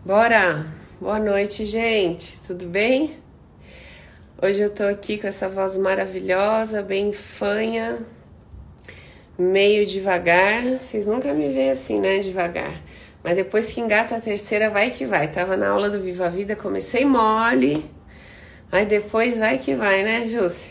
Bora! Boa noite, gente. Tudo bem? Hoje eu tô aqui com essa voz maravilhosa, bem fanha, meio devagar. Vocês nunca me veem assim, né? Devagar. Mas depois que engata a terceira, vai que vai. Tava na aula do Viva a Vida, comecei mole. Mas depois vai que vai, né, Jússi?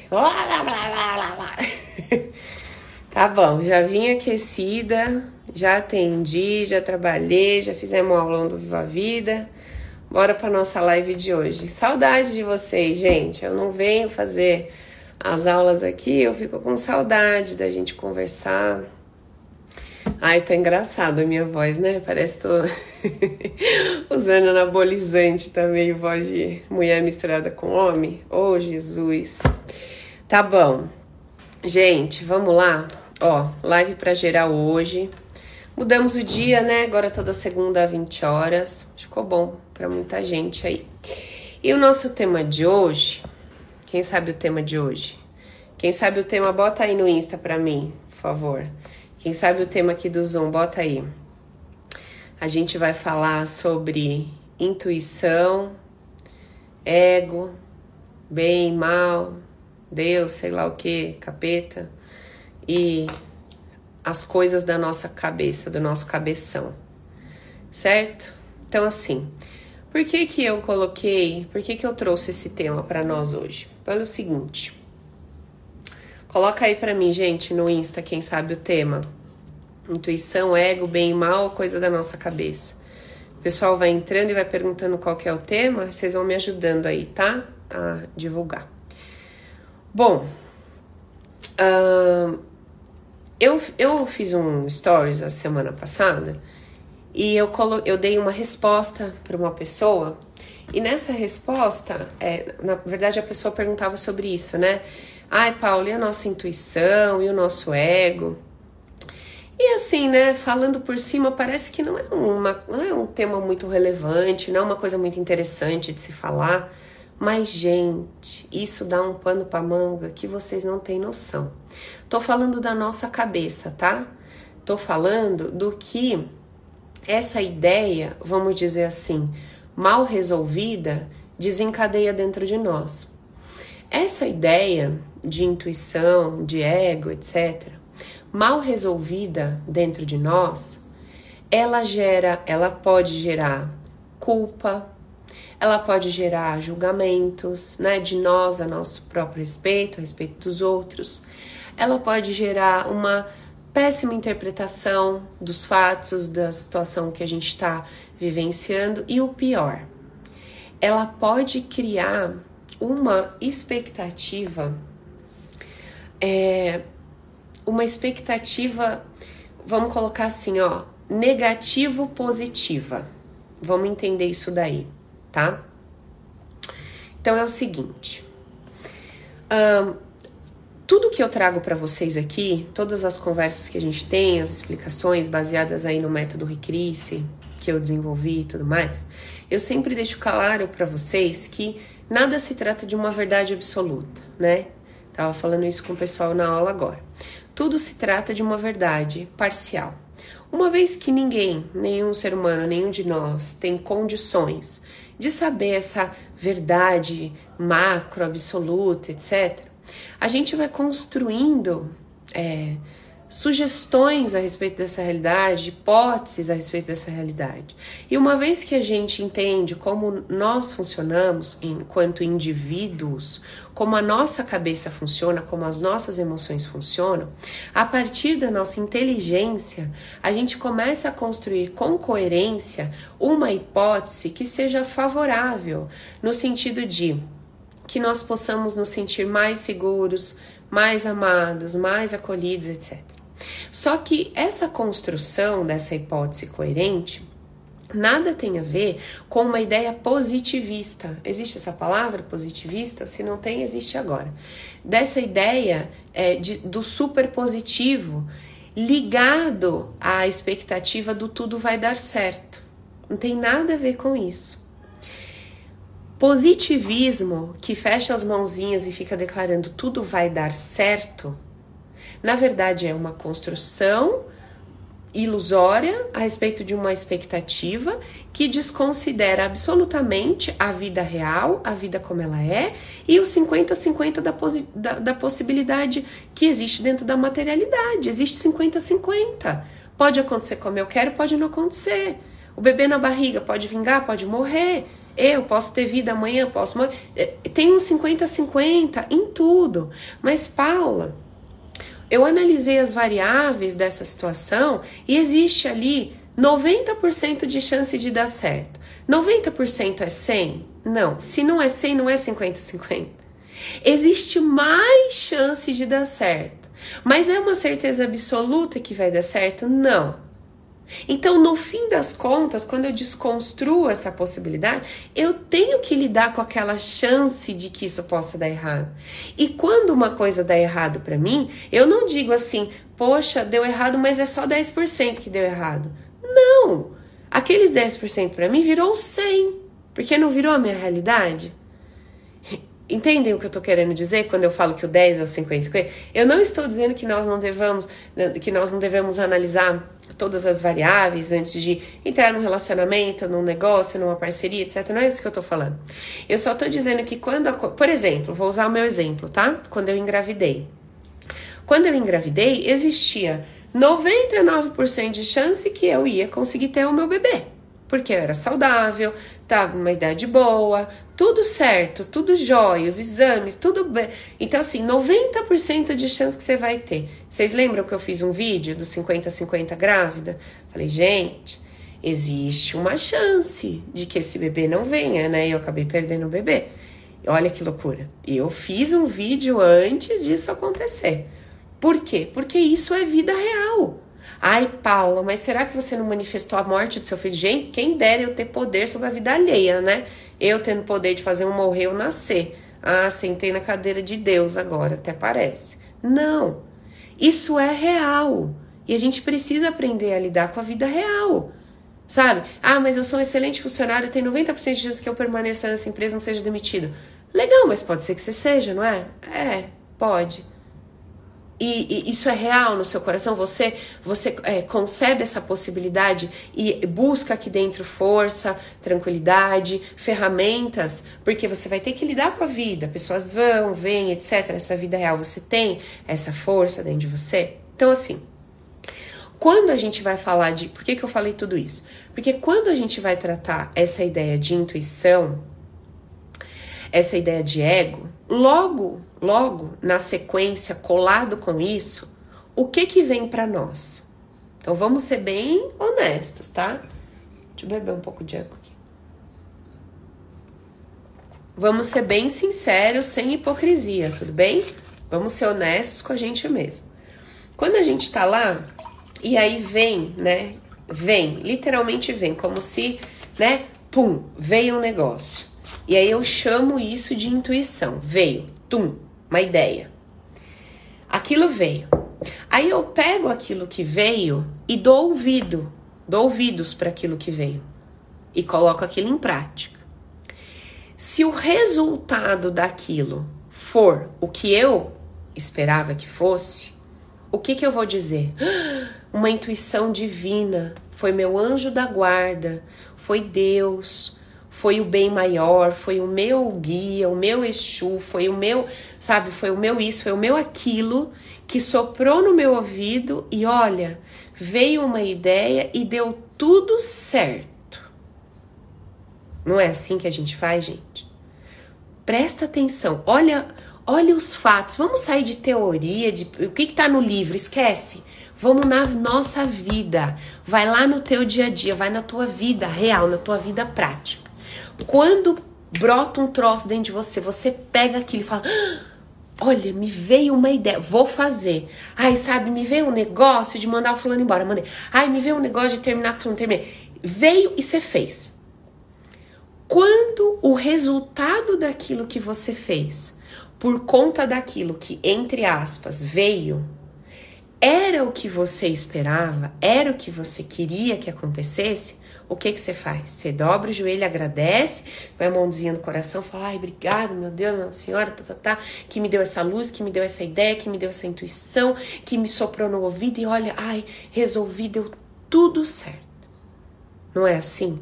Tá bom, já vim aquecida, já atendi, já trabalhei, já fizemos um aulão do Viva a Vida. Bora pra nossa live de hoje. Saudade de vocês, gente. Eu não venho fazer as aulas aqui, eu fico com saudade da gente conversar. Ai, tá engraçada a minha voz, né? Parece que tô usando anabolizante, tá meio voz de mulher misturada com homem. Oh, Jesus. Tá bom. Gente, vamos lá. Ó, live pra geral hoje. Mudamos o dia, né? Agora toda segunda às 20 horas. Ficou bom pra muita gente aí. E o nosso tema de hoje... Quem sabe o tema de hoje? Quem sabe o tema, bota aí no Insta pra mim, por favor. Quem sabe o tema aqui do Zoom, bota aí. A gente vai falar sobre intuição, ego, bem, mal, Deus, sei lá o que, capeta, e as coisas da nossa cabeça, do nosso cabeção, certo? Então, assim, por que eu trouxe esse tema para nós hoje? Pelo seguinte, coloca aí para mim, gente, no Insta, quem sabe o tema. Intuição, ego, bem e mal, coisa da nossa cabeça. O pessoal vai entrando e vai perguntando qual que é o tema, vocês vão me ajudando aí, tá? A divulgar. Bom, eu fiz um stories a semana passada e eu dei uma resposta para uma pessoa, e nessa resposta, na verdade a pessoa perguntava sobre isso, né? Ai, Paulo, e a nossa intuição e o nosso ego? E assim, né, falando por cima, parece que não é um tema muito relevante, não é uma coisa muito interessante de se falar. Mas, gente, isso dá um pano pra manga que vocês não têm noção. Tô falando da nossa cabeça, tá? Tô falando do que essa ideia, vamos dizer assim, mal resolvida, desencadeia dentro de nós. Essa ideia de intuição, de ego, etc., mal resolvida dentro de nós, ela pode gerar culpa, ela pode gerar julgamentos, né, de nós a nosso próprio respeito, a respeito dos outros. Ela pode gerar uma péssima interpretação dos fatos, da situação que a gente está vivenciando. E o pior, ela pode criar uma expectativa, vamos colocar assim, ó, negativo-positiva. Vamos entender isso daí, tá? Então é o seguinte, tudo que eu trago para vocês aqui, todas as conversas que a gente tem, as explicações baseadas aí no método Ricrice, que eu desenvolvi e tudo mais, eu sempre deixo claro para vocês que nada se trata de uma verdade absoluta, né? Tava falando isso com o pessoal na aula agora. Tudo se trata de uma verdade parcial. Uma vez que nenhum ser humano, nenhum de nós tem condições de saber essa verdade macro, absoluta, etc., a gente vai construindo sugestões a respeito dessa realidade, hipóteses a respeito dessa realidade. E uma vez que a gente entende como nós funcionamos enquanto indivíduos, como a nossa cabeça funciona, como as nossas emoções funcionam, a partir da nossa inteligência, a gente começa a construir com coerência uma hipótese que seja favorável, no sentido de que nós possamos nos sentir mais seguros, mais amados, mais acolhidos, etc. Só que essa construção dessa hipótese coerente nada tem a ver com uma ideia positivista. Existe essa palavra positivista? Se não tem, existe agora. Dessa ideia do super positivo ligado à expectativa do tudo vai dar certo. Não tem nada a ver com isso. Positivismo que fecha as mãozinhas e fica declarando tudo vai dar certo, na verdade é uma construção ilusória a respeito de uma expectativa que desconsidera absolutamente a vida real, a vida como ela é, e os 50-50 da possibilidade que existe dentro da materialidade. Existe 50-50. Pode acontecer como eu quero, pode não acontecer. O bebê na barriga pode vingar, pode morrer. Eu posso ter vida amanhã, posso morrer. Tem uns 50-50 em tudo. Mas, Paula, eu analisei as variáveis dessa situação e existe ali 90% de chance de dar certo. 90% é 100? Não. Se não é 100, não é 50-50. Existe mais chance de dar certo. Mas é uma certeza absoluta que vai dar certo? Não. Então, no fim das contas, quando eu desconstruo essa possibilidade, eu tenho que lidar com aquela chance de que isso possa dar errado. E quando uma coisa dá errado para mim, eu não digo assim, poxa, deu errado, mas é só 10% que deu errado. Não! Aqueles 10% para mim virou 100, porque não virou a minha realidade. Entendem o que eu estou querendo dizer quando eu falo que o 10 é o 50-50? Eu não estou dizendo que nós não devemos analisar todas as variáveis antes de entrar num relacionamento, num negócio, numa parceria, etc. Não é isso que eu estou falando. Eu só estou dizendo que por exemplo, vou usar o meu exemplo, tá? Quando eu engravidei. Quando eu engravidei, existia 99% de chance que eu ia conseguir ter o meu bebê. Porque eu era saudável, estava numa idade boa, tudo certo, tudo jóia, os exames, tudo bem. Então, assim, 90% de chance que você vai ter. Vocês lembram que eu fiz um vídeo do 50-50 grávida? Falei, gente, existe uma chance de que esse bebê não venha, né? E eu acabei perdendo o bebê. Olha que loucura. Eu fiz um vídeo antes disso acontecer. Por quê? Porque isso é vida real. Ai, Paula, mas será que você não manifestou a morte do seu filho? Gente, quem dera eu ter poder sobre a vida alheia, né? Eu tendo poder de fazer um morrer ou nascer. Ah, sentei na cadeira de Deus agora, até parece. Não, isso é real. E a gente precisa aprender a lidar com a vida real, sabe? Ah, mas eu sou um excelente funcionário, tem 90% de chance que eu permaneça nessa empresa e não seja demitido. Legal, mas pode ser que você seja, não é? É, pode. E isso é real no seu coração? Você concebe essa possibilidade e busca aqui dentro força, tranquilidade, ferramentas, porque você vai ter que lidar com a vida. Pessoas vão, vêm, etc. Essa vida real, você tem essa força dentro de você? Então, assim, quando a gente vai falar de... Por que eu falei tudo isso? Porque quando a gente vai tratar essa ideia de intuição, essa ideia de ego, logo na sequência, colado com isso, o que vem para nós? Então vamos ser bem honestos, tá? Deixa eu beber um pouco de água aqui. Vamos ser bem sinceros, sem hipocrisia, tudo bem? Vamos ser honestos com a gente mesmo. Quando a gente tá lá, e aí vem, né? Vem, literalmente vem, como se, né? Pum, veio um negócio. E aí eu chamo isso de intuição. Veio, tum, uma ideia. Aquilo veio. Aí eu pego aquilo que veio e dou ouvidos para aquilo que veio. E coloco aquilo em prática. Se o resultado daquilo for o que eu esperava que fosse, o que eu vou dizer? Uma intuição divina. Foi meu anjo da guarda. Foi Deus. Foi o bem maior, foi o meu guia, o meu Exu, foi o meu, sabe, foi o meu isso, foi o meu aquilo que soprou no meu ouvido e olha, veio uma ideia e deu tudo certo. Não é assim que a gente faz, gente? Presta atenção, olha os fatos, vamos sair de teoria, de o que tá no livro, esquece. Vamos na nossa vida, vai lá no teu dia a dia, vai na tua vida real, na tua vida prática. Quando brota um troço dentro de você, você pega aquilo e fala, olha, me veio uma ideia, vou fazer. Ai, sabe, me veio um negócio de mandar o fulano embora, mandei. Ai, me veio um negócio de terminar com o fulano, terminei. Veio e você fez. Quando o resultado daquilo que você fez, por conta daquilo que, entre aspas, veio, era o que você esperava, era o que você queria que acontecesse, o que você faz? Você dobra o joelho, agradece, põe a mãozinha no coração, fala, ai, obrigado, meu Deus, Nossa Senhora, que me deu essa luz, que me deu essa ideia, que me deu essa intuição, que me soprou no ouvido e olha, ai, resolvi, deu tudo certo. Não é assim?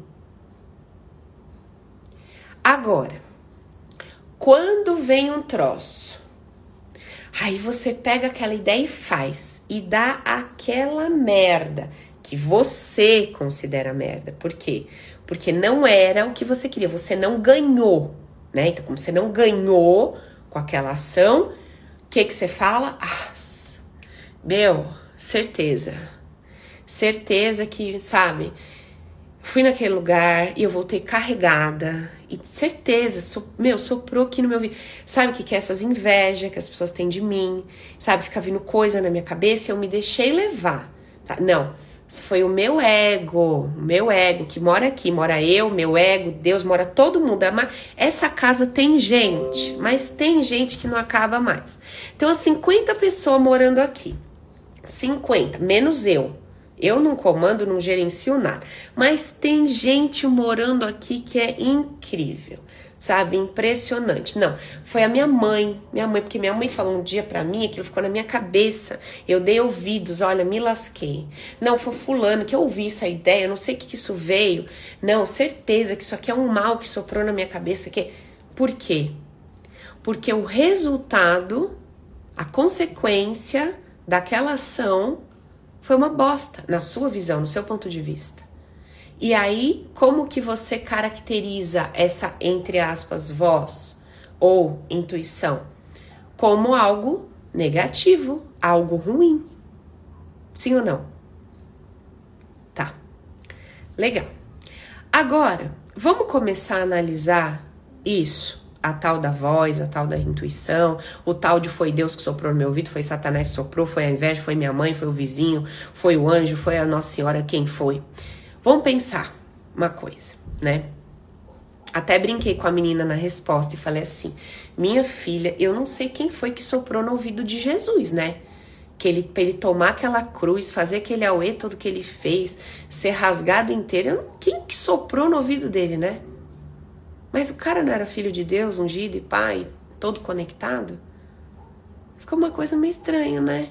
Agora, quando vem um troço, aí você pega aquela ideia e faz, e dá aquela merda que você considera merda. Por quê? Porque não era o que você queria, você não ganhou, né? Então, como você não ganhou com aquela ação, o que você fala? Certeza que, sabe, fui naquele lugar e eu voltei carregada. E certeza, soprou aqui no meu ouvido. Sabe o que é essas invejas que as pessoas têm de mim? Sabe, fica vindo coisa na minha cabeça e eu me deixei levar. Tá? Não, foi o meu ego que mora aqui. Mora eu, meu ego, Deus, mora todo mundo. Essa casa tem gente, mas tem gente que não acaba mais. Então, as 50 pessoas morando aqui. 50, menos eu. Eu não comando, não gerencio nada. Mas tem gente morando aqui que é incrível, sabe? Impressionante. Não, foi a minha mãe, porque minha mãe falou um dia pra mim, aquilo ficou na minha cabeça. Eu dei ouvidos, olha, me lasquei. Não, foi fulano que eu ouvi essa ideia, eu não sei o que isso veio. Não, certeza que isso aqui é um mal que soprou na minha cabeça. Por quê? Porque o resultado, a consequência daquela ação foi uma bosta, na sua visão, no seu ponto de vista. E aí, como que você caracteriza essa, entre aspas, voz ou intuição? Como algo negativo, algo ruim. Sim ou não? Tá. Legal. Agora, vamos começar a analisar isso. A tal da voz, a tal da intuição, o tal de foi Deus que soprou no meu ouvido, foi Satanás que soprou, foi a inveja, foi minha mãe, foi o vizinho, foi o anjo, foi a Nossa Senhora, quem foi? Vamos pensar uma coisa, né? Até brinquei com a menina na resposta e falei assim, minha filha, eu não sei quem foi que soprou no ouvido de Jesus, né? Pra ele tomar aquela cruz, fazer aquele auê todo que ele fez, ser rasgado inteiro, quem que soprou no ouvido dele, né? Mas o cara não era filho de Deus, ungido e pai, todo conectado? Ficou uma coisa meio estranha, né?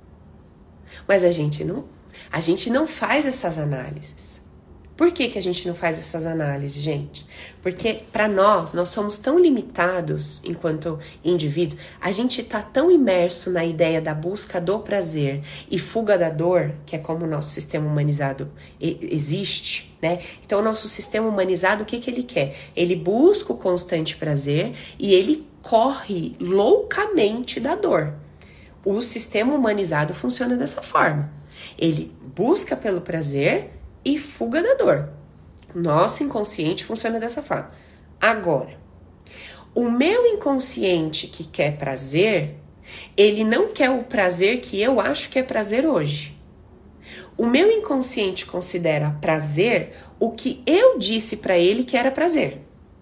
Mas a gente não faz essas análises. Por que a gente não faz essas análises, gente? Porque para nós somos tão limitados enquanto indivíduos, a gente tá tão imerso na ideia da busca do prazer e fuga da dor, que é como o nosso sistema humanizado existe, né? Então o nosso sistema humanizado, o que ele quer? Ele busca o constante prazer e ele corre loucamente da dor. O sistema humanizado funciona dessa forma. Ele busca pelo prazer e fuga da dor. Nosso inconsciente funciona dessa forma. Agora, o meu inconsciente que quer prazer, ele não quer o prazer que eu acho que é prazer hoje. O meu inconsciente considera prazer o que eu disse para ele que era prazer.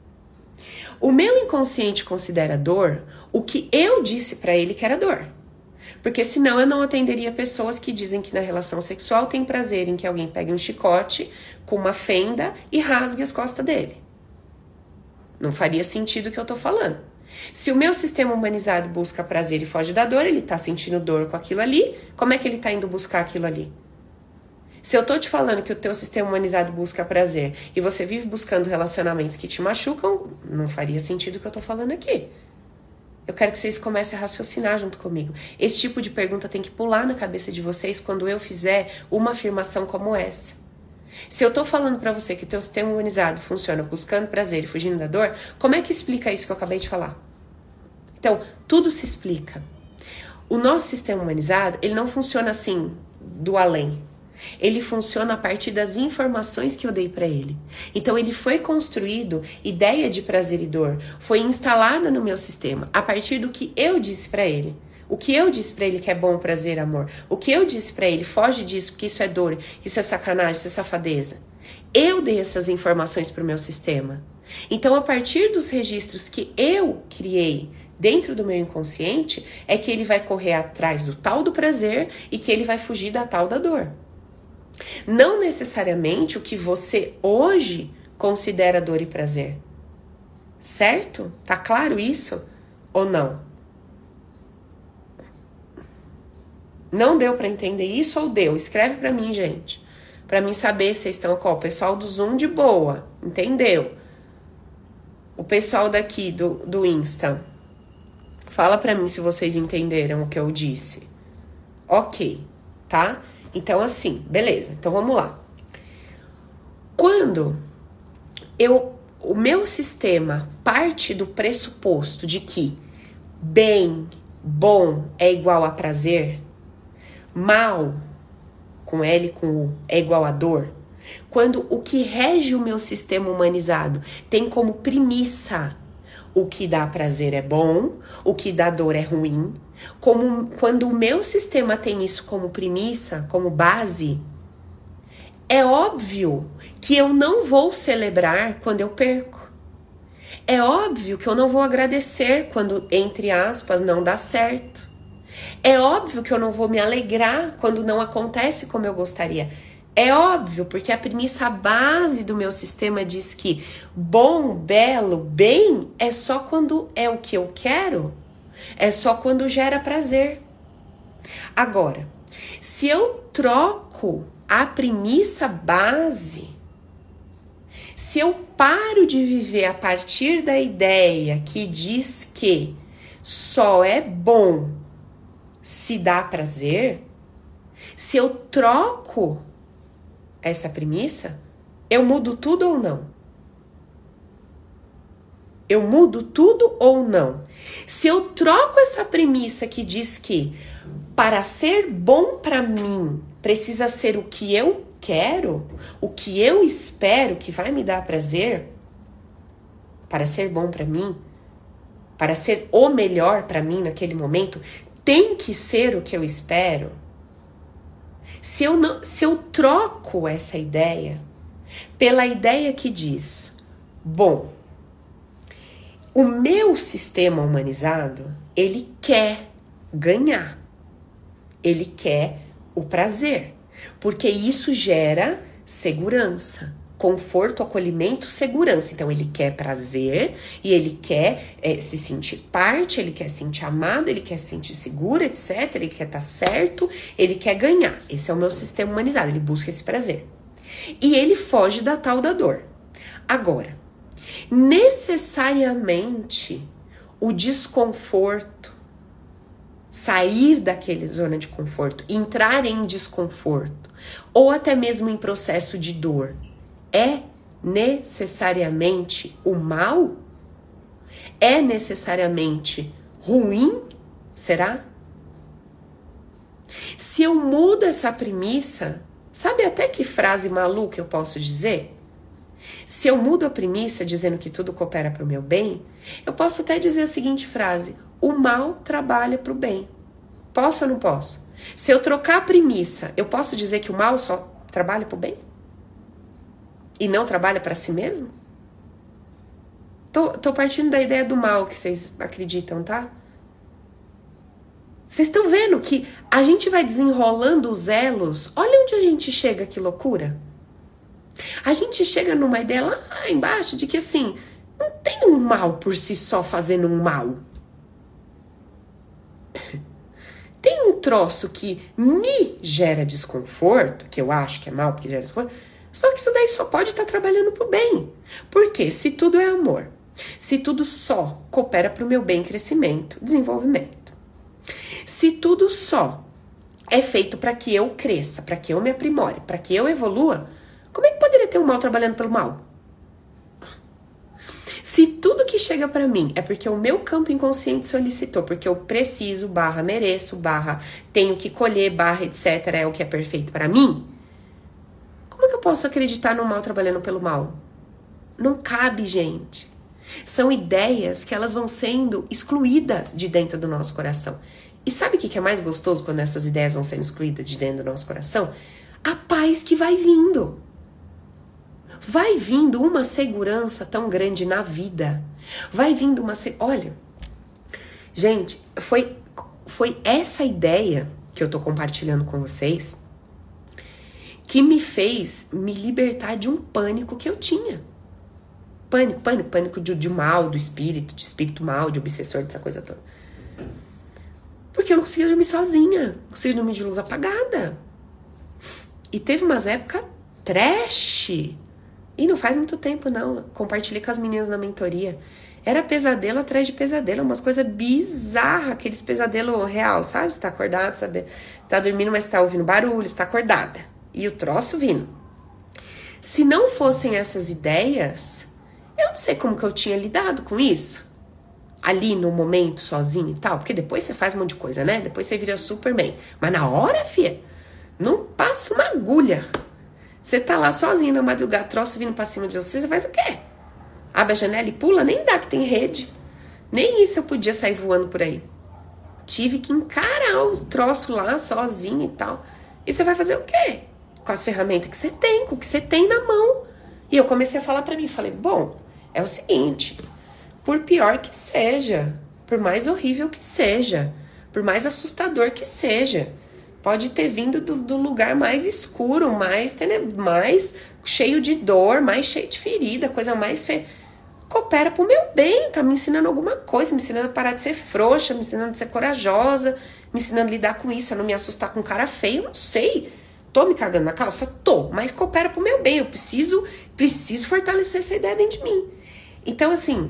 O meu inconsciente considera dor o que eu disse para ele que era dor. Porque senão eu não atenderia pessoas que dizem que na relação sexual tem prazer em que alguém pegue um chicote com uma fenda e rasgue as costas dele. Não faria sentido o que eu tô falando. Se o meu sistema humanizado busca prazer e foge da dor, ele tá sentindo dor com aquilo ali, como é que ele tá indo buscar aquilo ali? Se eu tô te falando que o teu sistema humanizado busca prazer e você vive buscando relacionamentos que te machucam, não faria sentido o que eu tô falando aqui. Eu quero que vocês comecem a raciocinar junto comigo. Esse tipo de pergunta tem que pular na cabeça de vocês quando eu fizer uma afirmação como essa. Se eu tô falando pra você que o teu sistema humanizado funciona buscando prazer e fugindo da dor, como é que explica isso que eu acabei de falar? Então, tudo se explica. O nosso sistema humanizado, ele não funciona assim, do além. Ele funciona a partir das informações que eu dei para ele. Então ele foi construído, ideia de prazer e dor foi instalada no meu sistema a partir do que eu disse para ele. O que eu disse para ele que é bom, prazer, amor. O que eu disse para ele, foge disso, porque isso é dor, isso é sacanagem, isso é safadeza. Eu dei essas informações para o meu sistema. Então a partir dos registros que eu criei dentro do meu inconsciente, é que ele vai correr atrás do tal do prazer e que ele vai fugir da tal da dor. Não necessariamente o que você hoje considera dor e prazer. Certo? Tá claro isso? Ou não? Não deu pra entender isso ou deu? Escreve pra mim, gente. Pra mim saber se vocês estão com o pessoal do Zoom de boa, entendeu? O pessoal daqui do Insta, fala pra mim se vocês entenderam o que eu disse. Ok, tá? Então assim, beleza. Então vamos lá. Quando o meu sistema parte do pressuposto de que bem, bom é igual a prazer, mal, com L e com U, é igual a dor, quando o que rege o meu sistema humanizado tem como premissa o que dá prazer é bom, o que dá dor é ruim, quando o meu sistema tem isso como premissa, como base, é óbvio que eu não vou celebrar quando eu perco. É óbvio que eu não vou agradecer quando, entre aspas, não dá certo. É óbvio que eu não vou me alegrar quando não acontece como eu gostaria. É óbvio, porque a premissa base do meu sistema diz que bom, belo, bem é só quando é o que eu quero. É só quando gera prazer. Agora, se eu troco a premissa base, se eu paro de viver a partir da ideia que diz que só é bom se dá prazer, se eu troco essa premissa, eu mudo tudo ou não? Eu mudo tudo ou não? Se eu troco essa premissa que diz que para ser bom para mim precisa ser o que eu quero, o que eu espero que vai me dar prazer, para ser bom para mim, para ser o melhor para mim naquele momento, tem que ser o que eu espero. Se eu troco essa ideia pela ideia que diz, bom, o meu sistema humanizado, ele quer ganhar, ele quer o prazer, porque isso gera segurança, conforto, acolhimento, segurança. Então ele quer prazer e ele quer se sentir parte, ele quer se sentir amado, ele quer se sentir seguro, etc. Ele quer estar certo, ele quer ganhar. Esse é o meu sistema humanizado, ele busca esse prazer. E ele foge da tal da dor. Agora, necessariamente o desconforto, sair daquela zona de conforto, entrar em desconforto, ou até mesmo em processo de dor, é necessariamente o mal? É necessariamente ruim? Será? Se eu mudo essa premissa, sabe até que frase maluca eu posso dizer? Se eu mudo a premissa dizendo que tudo coopera para o meu bem, eu posso até dizer a seguinte frase: o mal trabalha para o bem. Posso ou não posso? Se eu trocar a premissa, eu posso dizer que o mal só trabalha para o bem? E não trabalha para si mesmo? Tô partindo da ideia do mal que vocês acreditam, tá? Vocês estão vendo que a gente vai desenrolando os elos. Olha onde a gente chega, que loucura. A gente chega numa ideia lá embaixo de que assim, não tem um mal por si só fazendo um mal. Tem um troço que me gera desconforto, que eu acho que é mal porque gera desconforto, só que isso daí só pode estar trabalhando pro bem. Porque se tudo é amor, se tudo só coopera pro meu bem, crescimento, desenvolvimento, se tudo só é feito para que eu cresça, para que eu me aprimore, para que eu evolua, como é que poderia ter um mal trabalhando pelo mal? Se tudo que chega para mim é porque o meu campo inconsciente solicitou, porque eu preciso, mereço, tenho que colher, etc, é o que é perfeito para mim, como é que eu posso acreditar no mal trabalhando pelo mal? Não cabe, gente. São ideias que elas vão sendo excluídas de dentro do nosso coração. E sabe o que é mais gostoso quando essas ideias vão sendo excluídas de dentro do nosso coração? A paz que vai vindo. Vai vindo uma segurança tão grande na vida. Vai vindo uma... Olha, gente, foi essa ideia que eu tô compartilhando com vocês que me fez me libertar de um pânico que eu tinha. Pânico de mal, de espírito mal, de obsessor, dessa coisa toda. Porque eu não conseguia dormir sozinha, não conseguia dormir de luz apagada. E teve umas épocas trash. E não faz muito tempo, não. Compartilhei com as meninas na mentoria. Era pesadelo atrás de pesadelo, umas coisas bizarras, aqueles pesadelo real, sabe? Você tá acordado, sabe? Tá dormindo, mas tá ouvindo barulho, você tá acordada. E o troço vindo. Se não fossem essas ideias, eu não sei como que eu tinha lidado com isso. Ali no momento, sozinho e tal. Porque depois você faz um monte de coisa, né? Depois você vira Superman. Mas na hora, filha, não passa uma agulha. Você tá lá sozinho na madrugada, troço vindo pra cima de você faz o quê? Abre a janela e pula? Nem dá que tem rede. Nem isso eu podia sair voando por aí. Tive que encarar o troço lá sozinho e tal. E você vai fazer o quê? Com as ferramentas que você tem, com o que você tem na mão. E eu comecei a falar pra mim. Falei, bom, é o seguinte. Por pior que seja, por mais horrível que seja, por mais assustador que seja, pode ter vindo do lugar mais escuro, mais cheio de dor, mais cheio de ferida, coisa mais feia. Coopera pro meu bem, tá me ensinando alguma coisa, me ensinando a parar de ser frouxa, me ensinando a ser corajosa, me ensinando a lidar com isso, a não me assustar com cara feio, eu não sei. Tô me cagando na calça? Tô, mas coopera pro meu bem, eu preciso fortalecer essa ideia dentro de mim. Então, assim,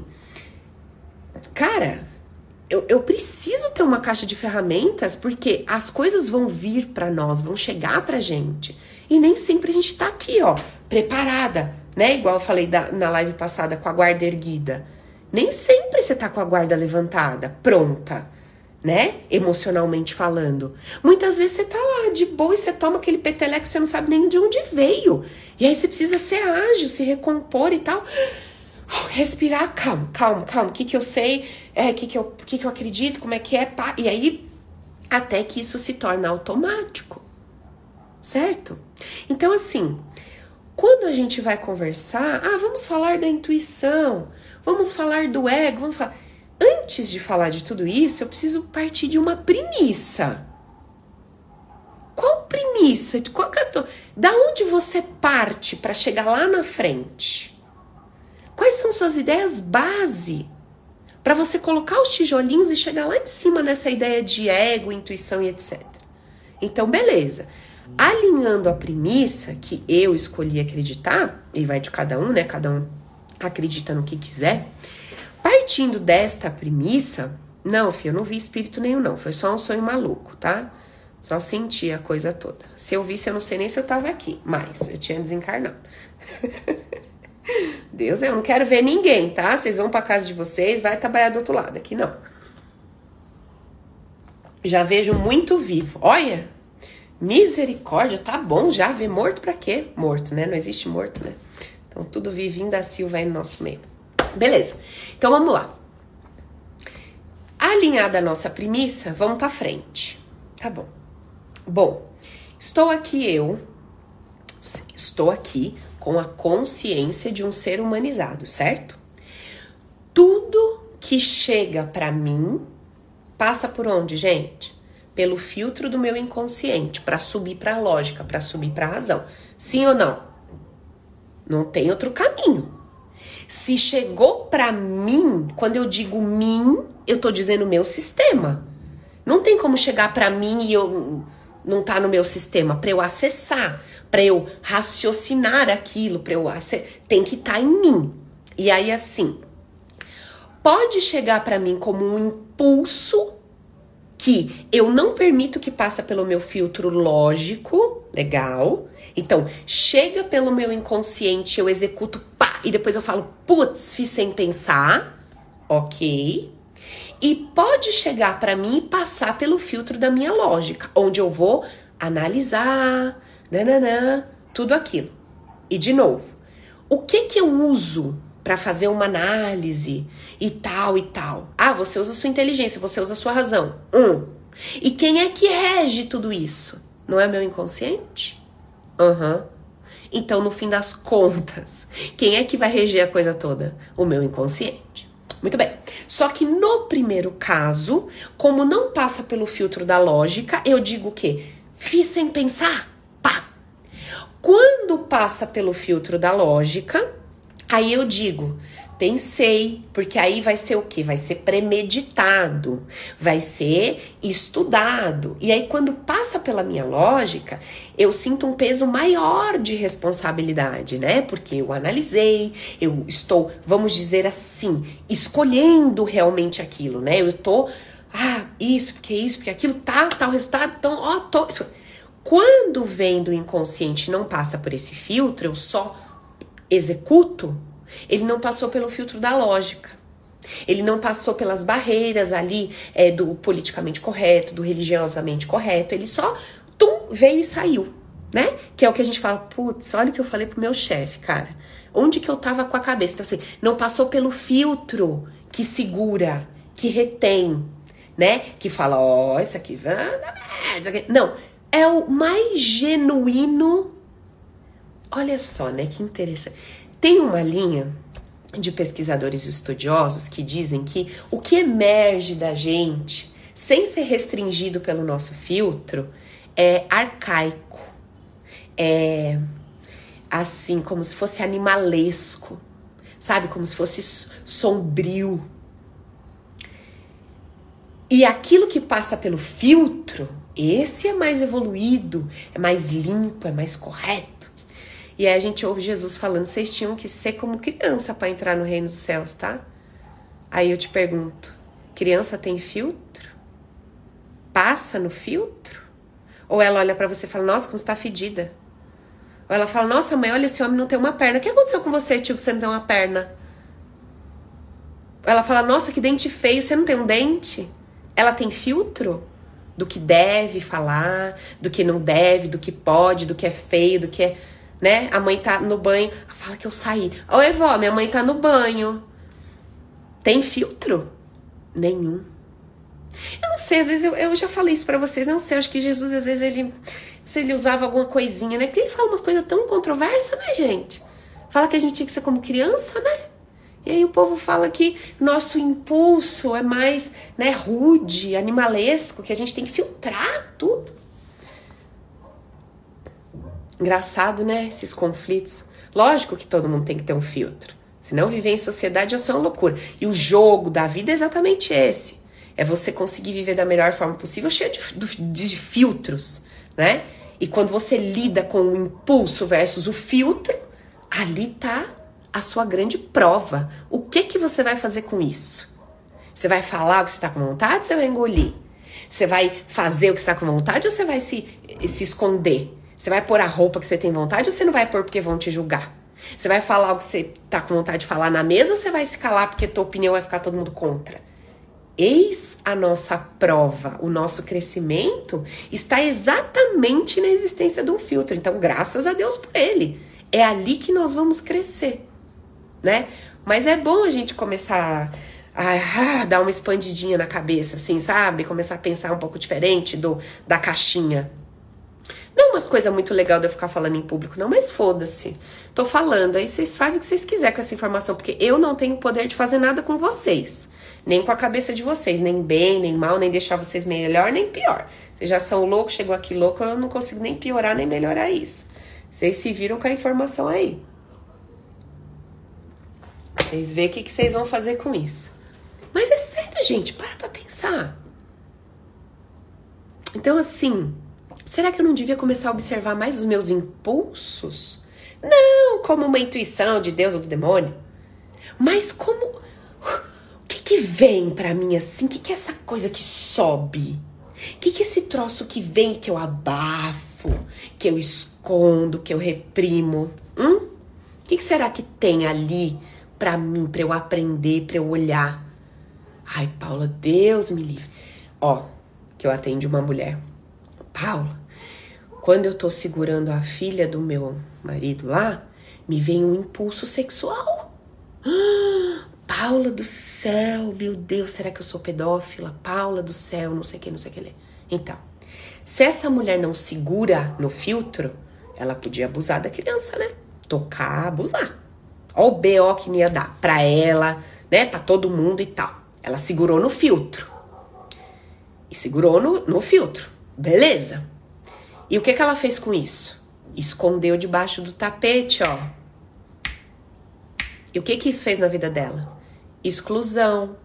cara, eu preciso ter uma caixa de ferramentas, porque as coisas vão vir pra nós, vão chegar pra gente. E nem sempre a gente tá aqui, ó, preparada, né? Igual eu falei na live passada, com a guarda erguida. Nem sempre você tá com a guarda levantada, pronta, né? Emocionalmente falando. Muitas vezes você tá lá de boa e você toma aquele peteleco que você não sabe nem de onde veio. E aí você precisa ser ágil, se recompor e tal. Respirar, calma. O que eu sei, o que eu acredito, como é que é, pá. E aí, até que isso se torna automático. Certo? Então, assim, quando a gente vai conversar, vamos falar da intuição, vamos falar do ego, vamos falar... Antes de falar de tudo isso, eu preciso partir de uma premissa. Qual premissa? Da onde você parte para chegar lá na frente? Quais são suas ideias base para você colocar os tijolinhos e chegar lá em cima nessa ideia de ego, intuição e etc. Então, beleza. Alinhando a premissa que eu escolhi acreditar, e vai de cada um, né? Cada um acredita no que quiser. Partindo desta premissa, não, filho, eu não vi espírito nenhum, não. Foi só um sonho maluco, tá? Só senti a coisa toda. Se eu visse, eu não sei nem se eu tava aqui, mas eu tinha desencarnado. Deus, eu não quero ver ninguém, tá? Vocês vão pra casa de vocês, vai trabalhar do outro lado, aqui não. Já vejo muito vivo. Olha, misericórdia, tá bom já, ver morto pra quê? Morto, né? Não existe morto, né? Então, tudo vivinho da Silva aí no nosso meio. Beleza, então vamos lá. Alinhada a nossa premissa, vamos pra frente. Tá bom. Bom, estou aqui com a consciência de um ser humanizado, certo? Tudo que chega pra mim passa por onde, gente? Pelo filtro do meu inconsciente, pra subir pra lógica, pra subir pra razão. Sim ou não? Não tem outro caminho. Se chegou pra mim, quando eu digo mim, eu tô dizendo meu sistema. Não tem como chegar pra mim e eu não tá no meu sistema, pra eu acessar, pra eu raciocinar aquilo, tem que estar em mim. E aí assim, pode chegar pra mim como um impulso que eu não permito que passe pelo meu filtro lógico, legal. Então, chega pelo meu inconsciente, eu executo, pá, e depois eu falo, putz, fiz sem pensar, ok. E pode chegar pra mim e passar pelo filtro da minha lógica, onde eu vou analisar, tudo aquilo. E de novo, o que eu uso pra fazer uma análise e tal e tal? Você usa a sua inteligência, você usa a sua razão. E quem é que rege tudo isso? Não é meu inconsciente? Então, no fim das contas, quem é que vai reger a coisa toda? O meu inconsciente. Muito bem. Só que no primeiro caso, como não passa pelo filtro da lógica, eu digo o quê? Fiz sem pensar, pá. Quando passa pelo filtro da lógica, Aí eu digo, pensei, porque aí vai ser o quê? Vai ser premeditado, vai ser estudado. E aí quando passa pela minha lógica, eu sinto um peso maior de responsabilidade, né? Porque eu analisei, eu estou, vamos dizer assim, escolhendo realmente aquilo, né? Eu tô, isso, porque aquilo, tá o resultado, então, tô... Quando vem do inconsciente e não passa por esse filtro, eu só executo, ele não passou pelo filtro da lógica. Ele não passou pelas barreiras ali do politicamente correto, do religiosamente correto. Ele só veio e saiu, né? Que é o que a gente fala, putz, olha o que eu falei pro meu chefe, cara. Onde que eu tava com a cabeça? Então assim, não passou pelo filtro que segura, que retém, né? Que fala, isso aqui vai dar merda. Não, é o mais genuíno. Olha só, né? Que interessante. Tem uma linha de pesquisadores e estudiosos que dizem que o que emerge da gente, sem ser restringido pelo nosso filtro, é arcaico. É assim, como se fosse animalesco, sabe? Como se fosse sombrio. E aquilo que passa pelo filtro, esse é mais evoluído, é mais limpo, é mais correto. E aí a gente ouve Jesus falando, vocês tinham que ser como criança para entrar no reino dos céus, tá? Aí eu te pergunto, criança tem filtro? Passa no filtro? Ou ela olha pra você e fala, nossa, como você tá fedida? Ou ela fala, nossa mãe, olha, esse homem não tem uma perna. O que aconteceu com você, tio, que você não tem uma perna? Ou ela fala, nossa, que dente feio, você não tem um dente? Ela tem filtro? Do que deve falar, do que não deve, do que pode, do que é feio, do que é... Né? A mãe tá no banho, fala que eu saí. Oi, vó, minha mãe tá no banho. Tem filtro? Nenhum. Eu não sei, às vezes eu já falei isso pra vocês, não sei, acho que Jesus, às vezes, ele usava alguma coisinha, né? Porque ele fala umas coisas tão controversas, né, gente? Fala que a gente tinha que ser como criança, né? E aí o povo fala que nosso impulso é mais, né, rude, animalesco, que a gente tem que filtrar tudo. Engraçado, né? Esses conflitos. Lógico que todo mundo tem que ter um filtro. Senão viver em sociedade é só uma loucura. E o jogo da vida é exatamente esse. É você conseguir viver da melhor forma possível, cheio de filtros, né? E quando você lida com o impulso versus o filtro, ali tá a sua grande prova. O que você vai fazer com isso? Você vai falar o que você tá com vontade ou você vai engolir? Você vai fazer o que você tá com vontade ou você vai se esconder? Você vai pôr a roupa que você tem vontade ou você não vai pôr porque vão te julgar? Você vai falar o que você tá com vontade de falar na mesa ou você vai se calar porque tua opinião vai ficar todo mundo contra? Eis a nossa prova, o nosso crescimento está exatamente na existência de um filtro. Então, graças a Deus por ele. É ali que nós vamos crescer, né? Mas é bom a gente começar a dar uma expandidinha na cabeça, assim, sabe? Começar a pensar um pouco diferente da caixinha. Não umas coisas muito legal de eu ficar falando em público, não, mas foda-se. Tô falando, aí vocês fazem o que vocês quiserem com essa informação, porque eu não tenho poder de fazer nada com vocês. Nem com a cabeça de vocês, nem bem, nem mal, nem deixar vocês melhor, nem pior. Vocês já são loucos, chegou aqui louco, eu não consigo nem piorar, nem melhorar isso. Vocês se viram com a informação aí. Vocês veem o que vocês vão fazer com isso. Mas é sério, gente, para pra pensar. Então, assim... Será que eu não devia começar a observar mais os meus impulsos? Não como uma intuição de Deus ou do demônio. Mas como... O que vem pra mim assim? O que é essa coisa que sobe? O que é esse troço que vem que eu abafo? Que eu escondo? Que eu reprimo? O que será que tem ali pra mim? Pra eu aprender? Pra eu olhar? Ai, Paula, Deus me livre. Ó, que eu atendo uma mulher. Paula, quando eu tô segurando a filha do meu marido lá, me vem um impulso sexual. Paula do céu, meu Deus, será que eu sou pedófila? Paula do céu, não sei o que, não sei o que. Então, se essa mulher não segura no filtro, ela podia abusar da criança, né? Tocar, abusar. Ó o B.O. que não ia dar pra ela, né? Pra todo mundo e tal. Ela segurou no filtro. E segurou no filtro. Beleza. E o que ela fez com isso? Escondeu debaixo do tapete, ó. E o que isso fez na vida dela? Exclusão.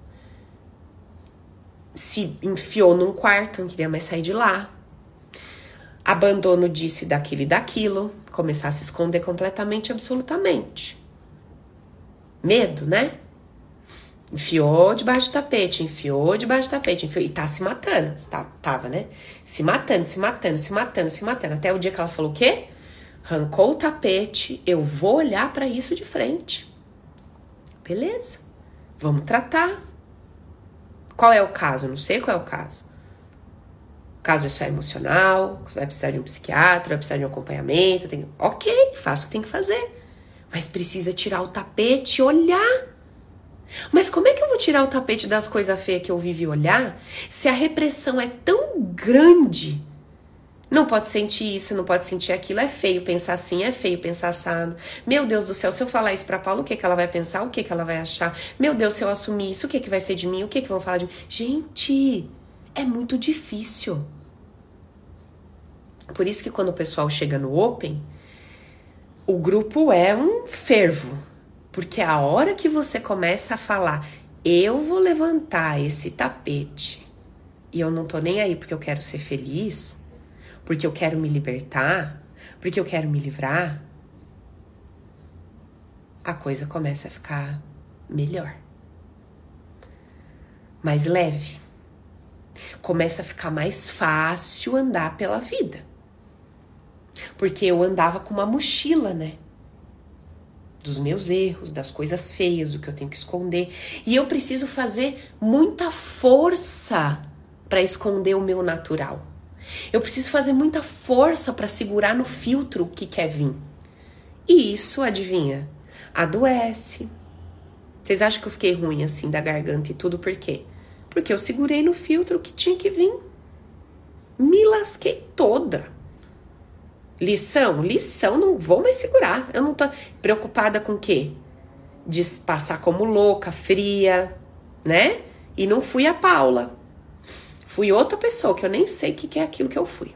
Se enfiou num quarto, não queria mais sair de lá. Abandono disso e daquilo. Começar a se esconder completamente, absolutamente. Medo, né? Enfiou debaixo do tapete, e tá se matando. Tava, né? Se matando. Até o dia que ela falou o quê? Arrancou o tapete, eu vou olhar pra isso de frente. Beleza, vamos tratar. Qual é o caso? Não sei qual é o caso. O caso é só emocional, vai precisar de um psiquiatra, vai precisar de um acompanhamento. Ok, faço o que tem que fazer. Mas precisa tirar o tapete e olhar. Mas como é que eu vou tirar o tapete das coisas feias que eu vivo e olhar se a repressão é tão grande? Não pode sentir isso, não pode sentir aquilo. É feio pensar assim, é feio pensar assado. Meu Deus do céu, se eu falar isso pra Paula, o que ela vai pensar? O que ela vai achar? Meu Deus, se eu assumir isso, o que vai ser de mim? O que vão falar de mim? Gente, é muito difícil. Por isso que quando o pessoal chega no Open, o grupo é um fervo. Porque a hora que você começa a falar, eu vou levantar esse tapete e eu não tô nem aí porque eu quero ser feliz, porque eu quero me libertar, porque eu quero me livrar, a coisa começa a ficar melhor. Mais leve. Começa a ficar mais fácil andar pela vida. Porque eu andava com uma mochila, né? Dos meus erros, das coisas feias, do que eu tenho que esconder. E eu preciso fazer muita força para esconder o meu natural. Eu preciso fazer muita força para segurar no filtro o que quer vir. E isso, adivinha, adoece. Vocês acham que eu fiquei ruim assim da garganta e tudo, por quê? Porque eu segurei no filtro o que tinha que vir. Me lasquei toda. Lição, não vou mais segurar. Eu não tô preocupada com o quê? De passar como louca, fria, né? E não fui a Paula. Fui outra pessoa, que eu nem sei o que é aquilo que eu fui.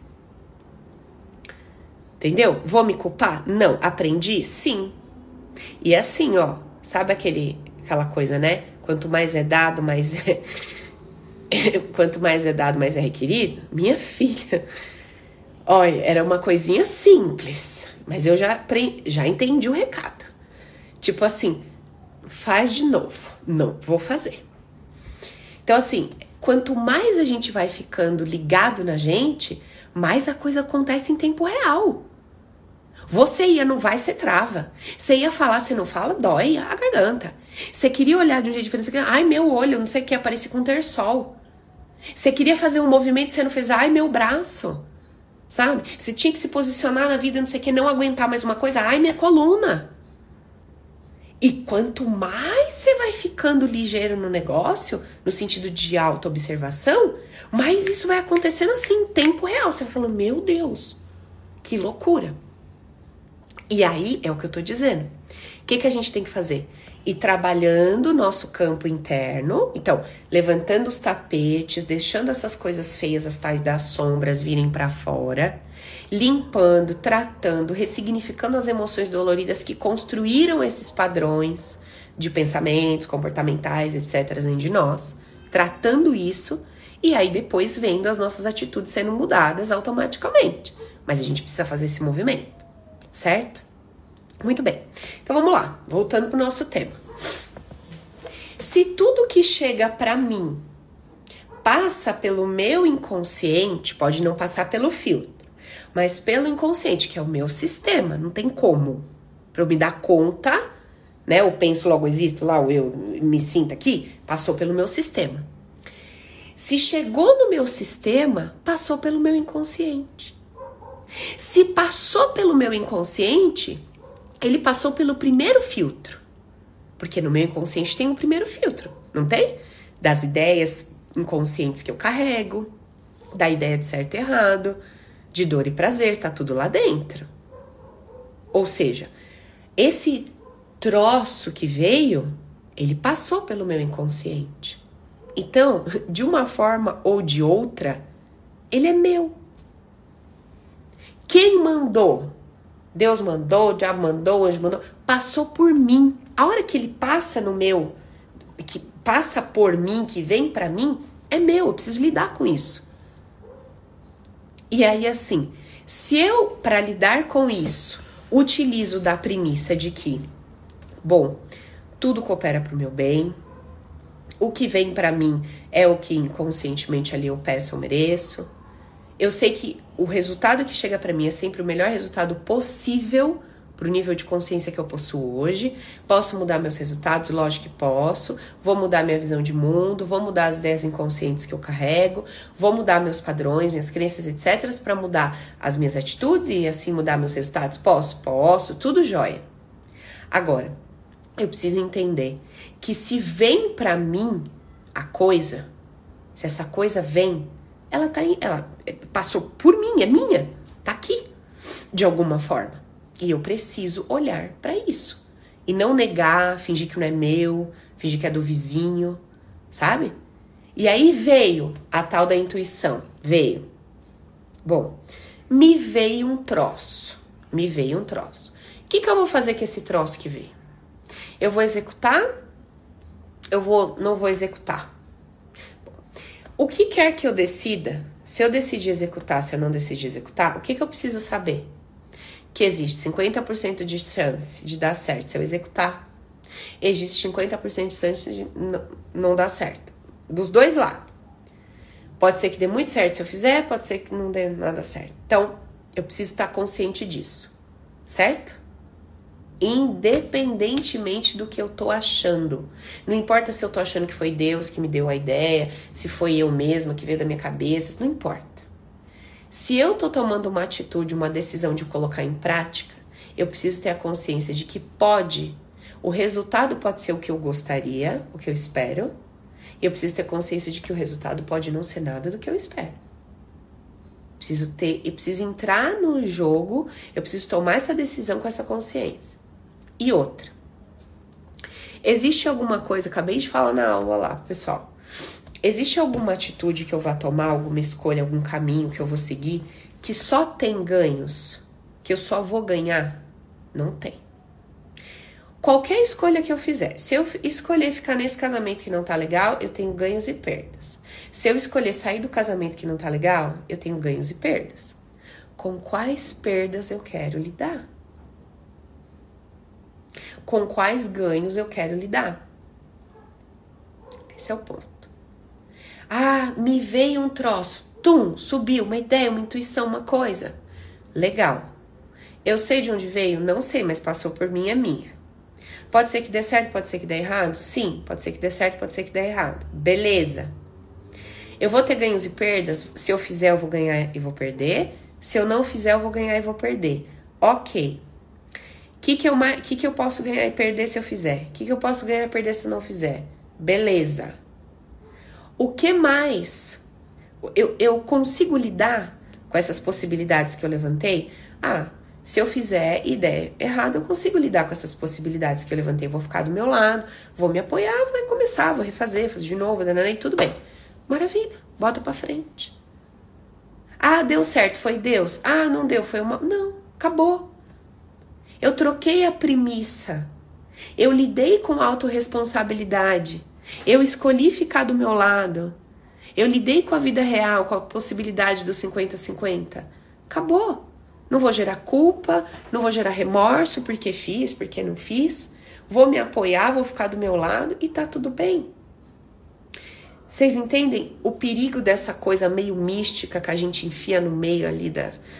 Entendeu? Vou me culpar? Não. Aprendi? Sim. E assim, ó, sabe aquela coisa, né? Quanto mais é dado, mais é... Quanto mais é dado, mais é requerido. Minha filha... Olha, era uma coisinha simples, mas eu já entendi o recado. Tipo assim, faz de novo. Não, vou fazer. Então assim, quanto mais a gente vai ficando ligado na gente, mais a coisa acontece em tempo real. Você não vai, você trava. Você ia falar, você não fala, dói a garganta. Você queria olhar de um jeito diferente, você queria, ai, meu olho, não sei o que, aparecer com um terçol. Você queria fazer um movimento, você não fez, ai, meu braço. Sabe? Você tinha que se posicionar na vida, não sei o que, não aguentar mais uma coisa. Ai, minha coluna. E quanto mais você vai ficando ligeiro no negócio, no sentido de autoobservação, mais isso vai acontecendo assim, em tempo real. Você vai falando, meu Deus, que loucura. E aí, é o que eu tô dizendo. O que a gente tem que fazer? Ir trabalhando o nosso campo interno. Então, levantando os tapetes, deixando essas coisas feias, as tais das sombras, virem pra fora. Limpando, tratando, ressignificando as emoções doloridas que construíram esses padrões de pensamentos, comportamentais, etc. dentro de nós. Tratando isso. E aí, depois, vendo as nossas atitudes sendo mudadas automaticamente. Mas a gente precisa fazer esse movimento. Certo? Muito bem. Então vamos lá, voltando pro nosso tema. Se tudo que chega pra mim passa pelo meu inconsciente, pode não passar pelo filtro, mas pelo inconsciente, que é o meu sistema, não tem como. Pra eu me dar conta, né? Eu penso, logo existo lá, eu me sinto aqui, passou pelo meu sistema. Se chegou no meu sistema, passou pelo meu inconsciente. Se passou pelo meu inconsciente, ele passou pelo primeiro filtro. Porque no meu inconsciente tem um primeiro filtro, não tem? Das ideias inconscientes que eu carrego, da ideia de certo e errado, de dor e prazer, tá tudo lá dentro. Ou seja, esse troço que veio, ele passou pelo meu inconsciente. Então, de uma forma ou de outra, ele é meu. Quem mandou Deus mandou, o diabo mandou, o anjo mandou. Passou por mim. A hora que ele passa no meu, que passa por mim, que vem pra mim, é meu. Eu preciso lidar com isso. E aí, assim, se eu, para lidar com isso, utilizo da premissa de que, bom, tudo coopera pro meu bem, o que vem pra mim é o que inconscientemente ali eu peço ou mereço. Eu sei que o resultado que chega pra mim é sempre o melhor resultado possível pro nível de consciência que eu possuo hoje. Posso mudar meus resultados? Lógico que posso. Vou mudar minha visão de mundo, vou mudar as ideias inconscientes que eu carrego, vou mudar meus padrões, minhas crenças, etc, para mudar as minhas atitudes e assim mudar meus resultados? Posso, tudo jóia. Agora, eu preciso entender que se vem pra mim a coisa, se essa coisa vem, ela passou por mim, é minha, tá aqui, de alguma forma. E eu preciso olhar pra isso. E não negar, fingir que não é meu, fingir que é do vizinho, sabe? E aí veio a tal da intuição, veio. Bom, me veio um troço. O que eu vou fazer com esse troço que veio? Eu vou executar? Não vou executar. O que quer que eu decida, se eu decidir executar, se eu não decidir executar, o que eu preciso saber? Que existe 50% de chance de dar certo se eu executar. Existe 50% de chance de não dar certo. Dos dois lados. Pode ser que dê muito certo se eu fizer, pode ser que não dê nada certo. Então, eu preciso estar consciente disso. Certo? Independentemente do que eu tô achando. Não importa se eu tô achando que foi Deus que me deu a ideia, se foi eu mesma que veio da minha cabeça, não importa. Se eu tô tomando uma atitude, uma decisão de colocar em prática, eu preciso ter a consciência de que o resultado pode ser o que eu gostaria, o que eu espero, e eu preciso ter consciência de que o resultado pode não ser nada do que eu espero. Eu preciso entrar no jogo, eu preciso tomar essa decisão com essa consciência. E outra, existe alguma coisa, acabei de falar na aula lá, pessoal, existe alguma atitude que eu vá tomar, alguma escolha, algum caminho que eu vou seguir, que só tem ganhos, que eu só vou ganhar? Não tem. Qualquer escolha que eu fizer, se eu escolher ficar nesse casamento que não tá legal, eu tenho ganhos e perdas. Se eu escolher sair do casamento que não tá legal, eu tenho ganhos e perdas. Com quais perdas eu quero lidar? Com quais ganhos eu quero lidar? Esse é o ponto. Ah, me veio um troço, subiu, uma ideia, uma intuição, uma coisa. Legal. Eu sei de onde veio? Não sei, mas passou por mim, é minha. Pode ser que dê certo, pode ser que dê errado? Sim, pode ser que dê certo, pode ser que dê errado. Beleza. Eu vou ter ganhos e perdas? Se eu fizer, eu vou ganhar e vou perder. Se eu não fizer, eu vou ganhar e vou perder. Ok. O que eu posso ganhar e perder se eu fizer? O que eu posso ganhar e perder se eu não fizer? Beleza. O que mais? Eu consigo lidar com essas possibilidades que eu levantei? Se eu fizer e der errado, eu consigo lidar com essas possibilidades que eu levantei. Vou ficar do meu lado, vou me apoiar, vou recomeçar, vou refazer, fazer de novo, e tudo bem. Maravilha, bota pra frente. Deu certo, foi Deus. Não deu, foi uma... Não, acabou. Eu troquei a premissa. Eu lidei com autorresponsabilidade. Eu escolhi ficar do meu lado. Eu lidei com a vida real, com a possibilidade do 50-50. Acabou. Não vou gerar culpa, não vou gerar remorso porque fiz, porque não fiz. Vou me apoiar, vou ficar do meu lado e tá tudo bem. Vocês entendem o perigo dessa coisa meio mística que a gente enfia no meio ali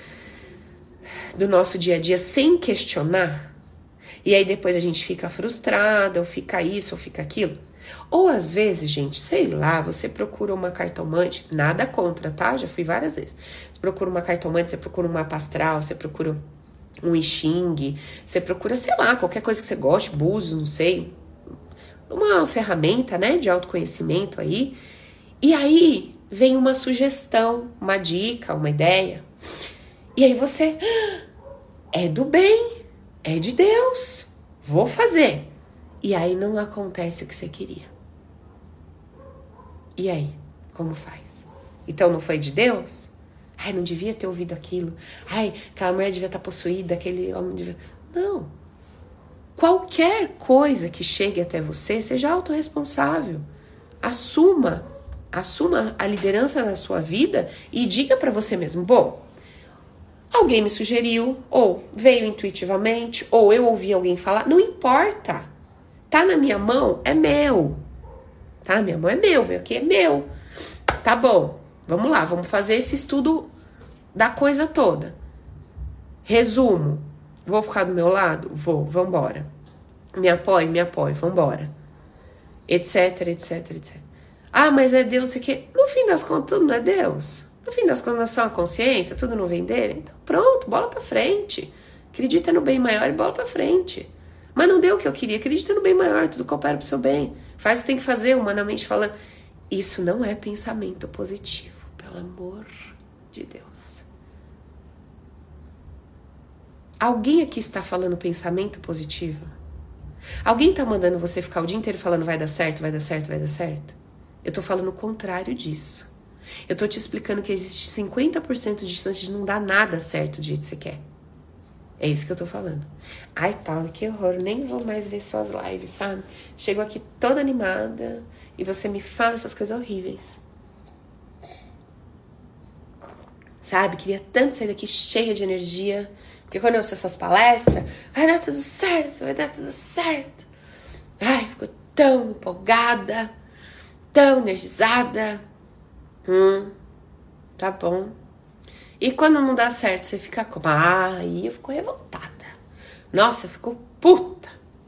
do nosso dia a dia sem questionar? E aí depois a gente fica frustrada, ou fica isso, ou fica aquilo. Ou às vezes, gente, sei lá, você procura uma cartomante, nada contra, tá? Já fui várias vezes. Você procura uma cartomante, você procura um mapa astral, você procura um I Ching, você procura, sei lá, qualquer coisa que você goste, búzios, não sei. Uma ferramenta, né, de autoconhecimento aí. E aí vem uma sugestão, uma dica, uma ideia. E aí você, é do bem, é de Deus, vou fazer. E aí não acontece o que você queria. E aí, como faz? Então não foi de Deus? Ai, não devia ter ouvido aquilo. Ai, aquela mulher devia estar possuída, aquele homem devia... Não. Qualquer coisa que chegue até você, seja autorresponsável. Assuma a liderança da sua vida e diga para você mesmo, bom, alguém me sugeriu, ou veio intuitivamente, ou eu ouvi alguém falar, não importa. Tá na minha mão, é meu. Tá na minha mão, é meu, veio aqui, é meu. Tá bom, vamos lá, vamos fazer esse estudo da coisa toda. Resumo, vou ficar do meu lado? Vou, vambora. Me apoie, vambora. Etc, etc, etc. Ah, mas é Deus, isso aqui. No fim das contas, tudo não é Deus. No fim das contas, não é só a consciência, tudo não vem dele. Então, pronto, bola pra frente. Acredita no bem maior e bola pra frente. Mas não deu o que eu queria, acredita no bem maior, tudo coopera pro seu bem. Faz o que tem que fazer, humanamente falando. Isso não é pensamento positivo, pelo amor de Deus. Alguém aqui está falando pensamento positivo? Alguém está mandando você ficar o dia inteiro falando vai dar certo, vai dar certo, vai dar certo? Eu estou falando o contrário disso. Eu estou te explicando que existe 50% de chance de não dar nada certo do jeito que você quer. É isso que eu tô falando. Ai, Paulo, que horror, nem vou mais ver suas lives, sabe? Chego aqui toda animada e você me fala essas coisas horríveis. Sabe? Queria tanto sair daqui cheia de energia, porque quando eu ouço essas palestras, vai dar tudo certo, vai dar tudo certo. Ai, fico tão empolgada, tão energizada. Tá bom. E quando não dá certo, você fica como? Ah, aí eu fico revoltada. Nossa, eu fico puta.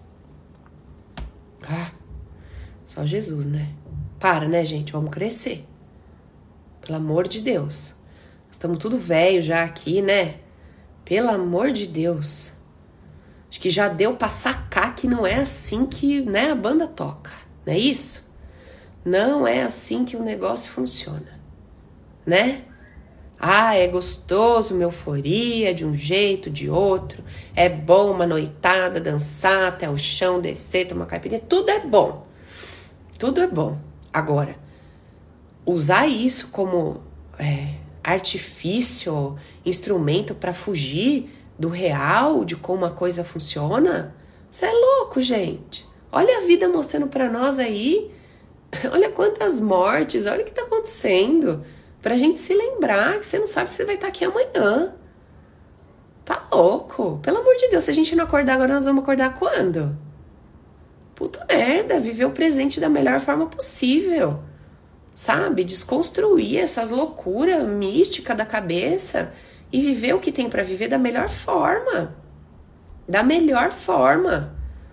Ah, só Jesus, né? Para, né, gente? Vamos crescer. Pelo amor de Deus. Estamos tudo velho já aqui, né? Pelo amor de Deus. Acho que já deu pra sacar que não é assim que, né, a banda toca. Não é isso? Não é assim que o negócio funciona. Né? Ah, é gostoso, uma euforia de um jeito, de outro. É bom uma noitada, dançar até o chão, descer, tomar caipirinha. Tudo é bom. Tudo é bom. Agora, usar isso como artifício, instrumento para fugir do real, de como a coisa funciona, você é louco, gente. Olha a vida mostrando para nós aí. Olha quantas mortes, olha o que tá acontecendo. Pra gente se lembrar que você não sabe se você vai estar aqui amanhã. Tá louco? Pelo amor de Deus, se a gente não acordar agora, nós vamos acordar quando? Puta merda, viver o presente da melhor forma possível. Sabe? Desconstruir essas loucuras místicas da cabeça e viver o que tem pra viver da melhor forma. Da melhor forma.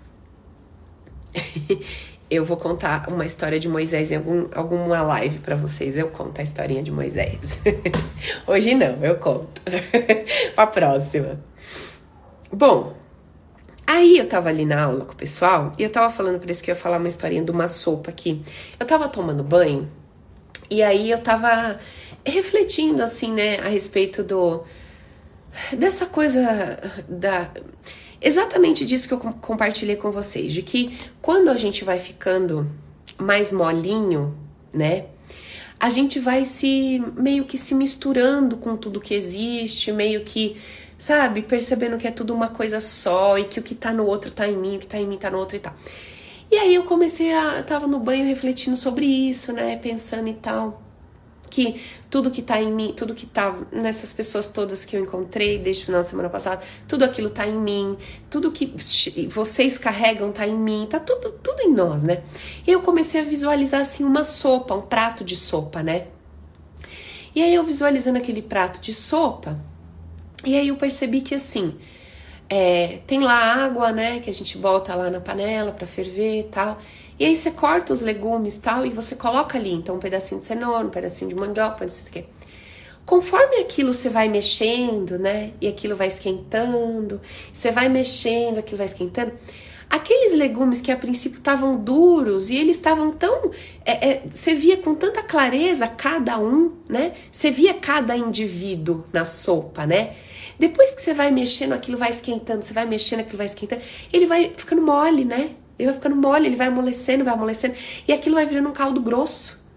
Eu vou contar uma história de Moisés em alguma live pra vocês. Eu conto a historinha de Moisés. Hoje não, eu conto. Pra próxima. Bom, aí eu tava ali na aula com o pessoal e eu tava falando pra eles que eu ia falar uma historinha de uma sopa aqui. Eu tava tomando banho e aí eu tava refletindo assim, né, a respeito dessa coisa exatamente disso que eu compartilhei com vocês, de que quando a gente vai ficando mais molinho, né, a gente vai meio que se misturando com tudo que existe, meio que, sabe, percebendo que é tudo uma coisa só e que o que tá no outro tá em mim, o que tá em mim tá no outro e tal. E aí eu tava no banho refletindo sobre isso, né, pensando e tal, que tudo que tá em mim, tudo que tá nessas pessoas todas que eu encontrei desde o final da semana passada, tudo aquilo tá em mim, tudo que vocês carregam tá em mim, tá tudo em nós, né? E eu comecei a visualizar, assim, uma sopa, um prato de sopa, né? E aí eu visualizando aquele prato de sopa, e aí eu percebi que, assim, tem lá água, né, que a gente bota lá na panela pra ferver e tal. E aí você corta os legumes e tal, e você coloca ali, então, um pedacinho de cenoura, um pedacinho de mandioca, um pedacinho de quê. Conforme aquilo você vai mexendo, né, e aquilo vai esquentando, você vai mexendo, aquilo vai esquentando, aqueles legumes que a princípio estavam duros, e eles estavam tão... você via com tanta clareza cada um, né, você via cada indivíduo na sopa, né. Depois que você vai mexendo, aquilo vai esquentando, você vai mexendo, aquilo vai esquentando, ele vai ficando mole, né. Ele vai ficando mole, ele vai amolecendo, e aquilo vai virando um caldo grosso.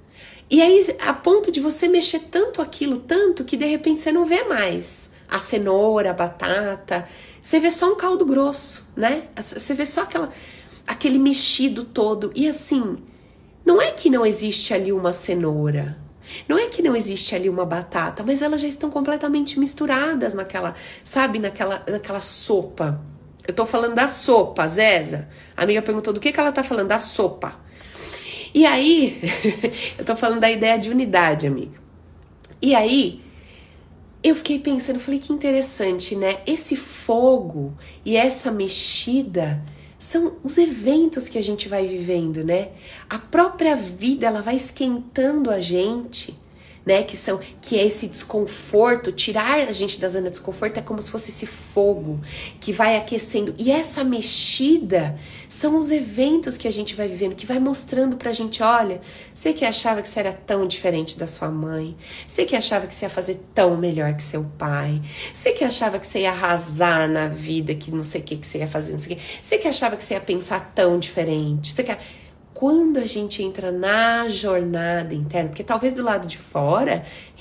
E aí, a ponto de você mexer tanto aquilo, tanto, que de repente você não vê mais a cenoura, a batata. Você vê só um caldo grosso, né? Você vê só aquele mexido todo. E assim, não é que não existe ali uma cenoura, não é que não existe ali uma batata, mas elas já estão completamente misturadas naquela, sabe, naquela sopa. Eu tô falando da sopa, Zéza. A amiga perguntou do que ela tá falando, da sopa. E aí, eu tô falando da ideia de unidade, amiga. E aí, eu fiquei pensando, falei, que interessante, né? Esse fogo e essa mexida são os eventos que a gente vai vivendo, né? A própria vida, ela vai esquentando a gente, né? Que é esse desconforto, tirar a gente da zona de desconforto é como se fosse esse fogo que vai aquecendo. E essa mexida são os eventos que a gente vai vivendo, que vai mostrando pra gente, olha, você que achava que você era tão diferente da sua mãe, você que achava que você ia fazer tão melhor que seu pai, você que achava que você ia arrasar na vida, que não sei o que você ia fazer, não sei o que, você que achava que você ia pensar tão diferente, quando a gente entra na jornada interna, porque talvez do lado de fora,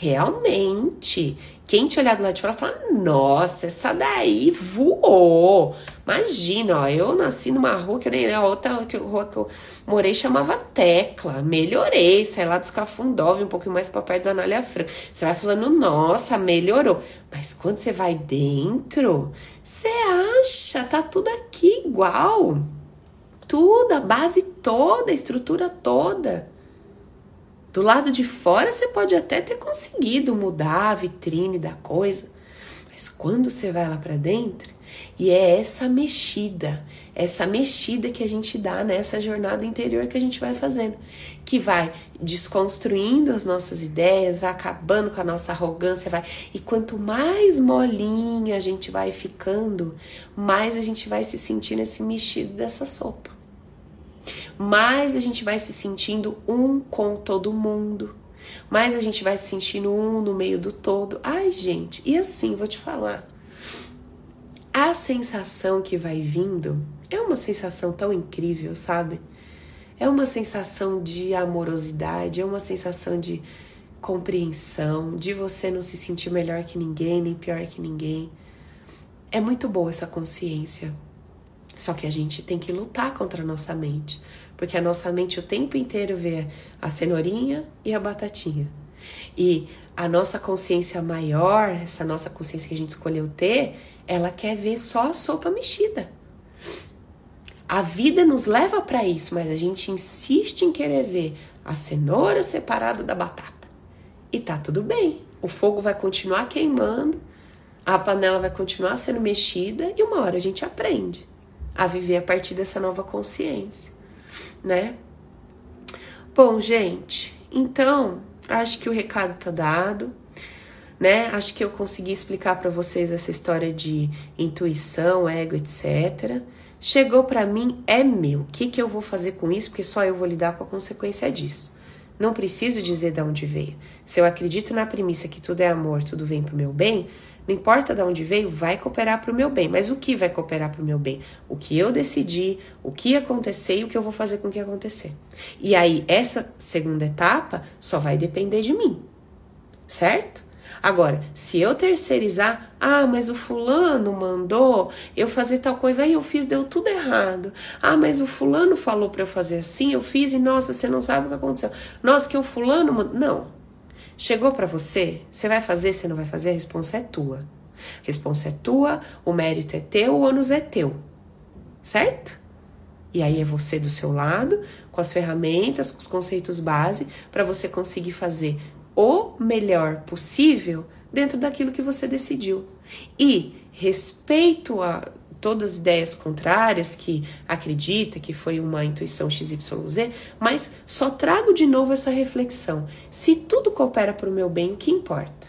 realmente, quem te olhar do lado de fora fala, nossa, essa daí voou. Imagina, ó, eu nasci numa rua que eu nem... A outra rua que eu morei chamava Tecla, melhorei, saí lá dos Cafundó, vim um pouquinho mais pra perto da Anália Franco. Você vai falando, nossa, melhorou. Mas quando você vai dentro, você acha, tá tudo aqui igual. Tudo, a base toda, a estrutura toda. Do lado de fora você pode até ter conseguido mudar a vitrine da coisa, mas quando você vai lá para dentro, e é essa mexida que a gente dá nessa jornada interior que a gente vai fazendo, que vai desconstruindo as nossas ideias, vai acabando com a nossa arrogância, e quanto mais molinha a gente vai ficando, mais a gente vai se sentir nesse mexido dessa sopa. Mais a gente vai se sentindo um com todo mundo, mais a gente vai se sentindo um no meio do todo. Ai, gente, e assim, vou te falar, a sensação que vai vindo é uma sensação tão incrível, sabe? É uma sensação de amorosidade, é uma sensação de compreensão, de você não se sentir melhor que ninguém, nem pior que ninguém. É muito boa essa consciência. Só que a gente tem que lutar contra a nossa mente, porque a nossa mente o tempo inteiro vê a cenourinha e a batatinha. E a nossa consciência maior, essa nossa consciência que a gente escolheu ter, ela quer ver só a sopa mexida. A vida nos leva para isso, mas a gente insiste em querer ver a cenoura separada da batata. E tá tudo bem, o fogo vai continuar queimando, a panela vai continuar sendo mexida e uma hora a gente aprende a viver a partir dessa nova consciência, né? Bom, gente, então, acho que o recado tá dado, né? Acho que eu consegui explicar para vocês essa história de intuição, ego, etc. Chegou para mim, é meu. O que eu vou fazer com isso? Porque só eu vou lidar com a consequência disso. Não preciso dizer de onde veio. Se eu acredito na premissa que tudo é amor, tudo vem pro meu bem, não importa de onde veio, vai cooperar para o meu bem. Mas o que vai cooperar para o meu bem? O que eu decidi, o que acontecer e o que eu vou fazer com o que acontecer. E aí, essa segunda etapa só vai depender de mim. Certo? Agora, se eu terceirizar, mas o fulano mandou eu fazer tal coisa, aí eu fiz, deu tudo errado. Mas o fulano falou para eu fazer assim, eu fiz e nossa, você não sabe o que aconteceu. Nossa, que o fulano mandou... Não. Chegou pra você, você vai fazer, você não vai fazer, a responsa é tua. A responsa é tua, o mérito é teu, o ônus é teu. Certo? E aí é você do seu lado, com as ferramentas, com os conceitos base, para você conseguir fazer o melhor possível dentro daquilo que você decidiu. E respeito a todas as ideias contrárias, que acredita que foi uma intuição XYZ, mas só trago de novo essa reflexão. Se tudo coopera para o meu bem, o que importa?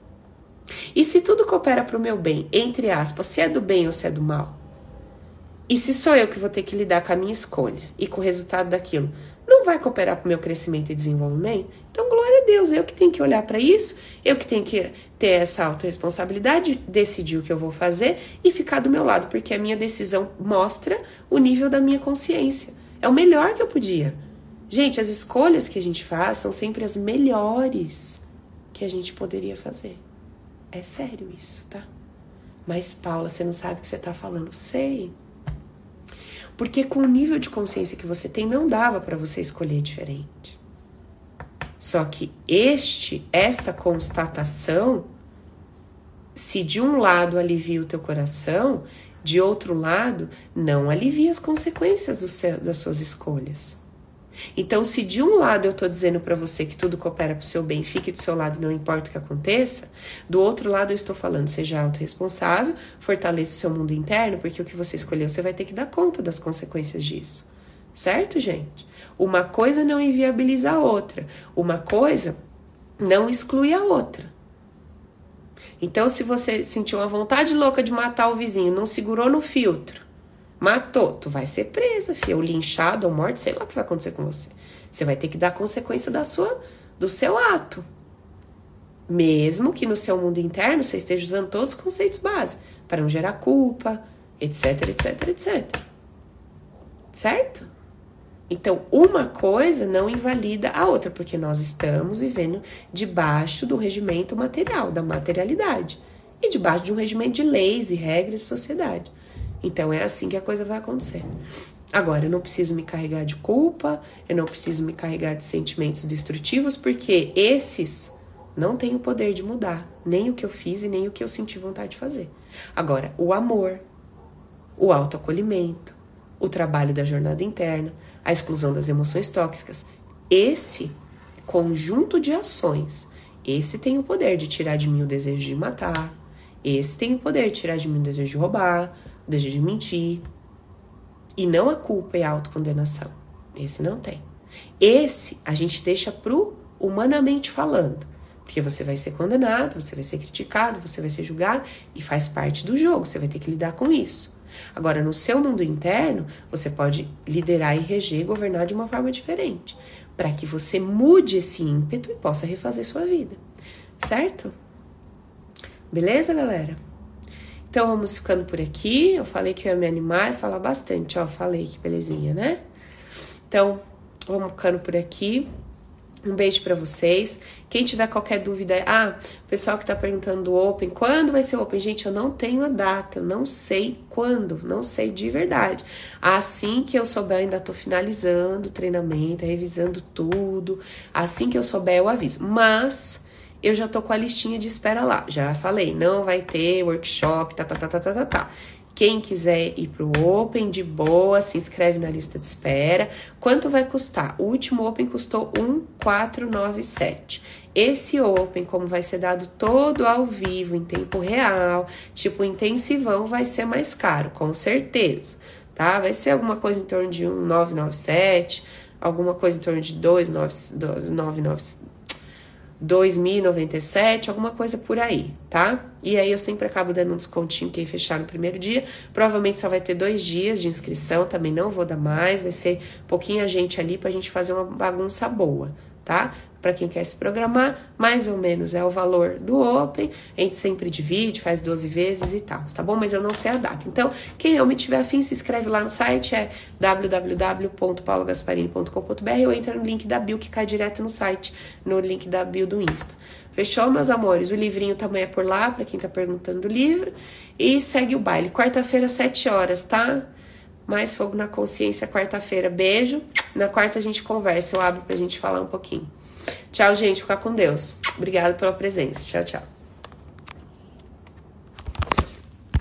E se tudo coopera para o meu bem, entre aspas, se é do bem ou se é do mal? E se sou eu que vou ter que lidar com a minha escolha e com o resultado daquilo, não vai cooperar para o meu crescimento e desenvolvimento? Então, glória a Deus, eu que tenho que olhar para isso, eu que tenho que ter essa autorresponsabilidade, decidir o que eu vou fazer e ficar do meu lado, porque a minha decisão mostra o nível da minha consciência. É o melhor que eu podia. Gente, as escolhas que a gente faz são sempre as melhores que a gente poderia fazer. É sério isso, tá? Mas, Paula, você não sabe o que você tá falando. Sei. Porque com o nível de consciência que você tem, não dava para você escolher diferente. Só que esta constatação, se de um lado alivia o teu coração, de outro lado, não alivia as consequências das suas escolhas. Então, se de um lado eu tô dizendo para você que tudo coopera pro seu bem, fique do seu lado, não importa o que aconteça, do outro lado eu estou falando, seja autorresponsável, fortaleça o seu mundo interno, porque o que você escolheu, você vai ter que dar conta das consequências disso. Certo, gente? Uma coisa não inviabiliza a outra. Uma coisa não exclui a outra. Então, se você sentiu uma vontade louca de matar o vizinho, não segurou no filtro, matou, tu vai ser presa, filha, ou linchado, ou morto, sei lá o que vai acontecer com você. Você vai ter que dar consequência do seu ato. Mesmo que no seu mundo interno você esteja usando todos os conceitos básicos, para não gerar culpa, etc, etc, etc. Certo? Então, uma coisa não invalida a outra, porque nós estamos vivendo debaixo do regimento material, da materialidade, e debaixo de um regimento de leis e regras de sociedade. Então, é assim que a coisa vai acontecer. Agora, eu não preciso me carregar de culpa, eu não preciso me carregar de sentimentos destrutivos, porque esses não têm o poder de mudar, nem o que eu fiz e nem o que eu senti vontade de fazer. Agora, o amor, o autoacolhimento, o trabalho da jornada interna, a exclusão das emoções tóxicas, esse conjunto de ações, esse tem o poder de tirar de mim o desejo de matar, esse tem o poder de tirar de mim o desejo de roubar, o desejo de mentir, e não a culpa e a autocondenação. Esse não tem. Esse a gente deixa pro humanamente falando, porque você vai ser condenado, você vai ser criticado, você vai ser julgado, e faz parte do jogo, você vai ter que lidar com isso. Agora, no seu mundo interno, você pode liderar e reger e governar de uma forma diferente, para que você mude esse ímpeto e possa refazer sua vida, certo? Beleza, galera? Então, vamos ficando por aqui. Eu falei que eu ia me animar e falar bastante, ó, falei que belezinha, né? Então, vamos ficando por aqui. Um beijo pra vocês. Quem tiver qualquer dúvida, o pessoal que tá perguntando do Open, quando vai ser o Open? Gente, eu não tenho a data, eu não sei quando, não sei de verdade. Assim que eu souber, eu ainda tô finalizando o treinamento, revisando tudo. Assim que eu souber, eu aviso. Mas eu já tô com a listinha de espera lá. Já falei, não vai ter workshop, tá. Quem quiser ir pro Open, de boa, se inscreve na lista de espera. Quanto vai custar? O último Open custou 1.497. Esse Open, como vai ser dado todo ao vivo, em tempo real, tipo intensivão, vai ser mais caro, com certeza, tá? Vai ser alguma coisa em torno de 1.997, alguma coisa em torno de 2.097, alguma coisa por aí, tá? E aí eu sempre acabo dando um descontinho quem fechar no primeiro dia. Provavelmente só vai ter 2 dias de inscrição, também não vou dar mais, vai ser pouquinha gente ali pra gente fazer uma bagunça boa, tá? Pra quem quer se programar, mais ou menos é o valor do Open, a gente sempre divide, faz 12 vezes e tal, tá bom? Mas eu não sei a data. Então, quem realmente tiver afim, se inscreve lá no site, é www.paulogasparini.com.br ou entra no link da bio que cai direto no site, no link da bio do Insta. Fechou, meus amores? O livrinho também é por lá, pra quem tá perguntando do livro. E segue o baile. Quarta-feira, 7 horas, tá? Mais fogo na consciência, quarta-feira. Beijo. Na quarta a gente conversa, eu abro pra gente falar um pouquinho. Tchau, gente. Fica com Deus. Obrigada pela presença. Tchau, tchau.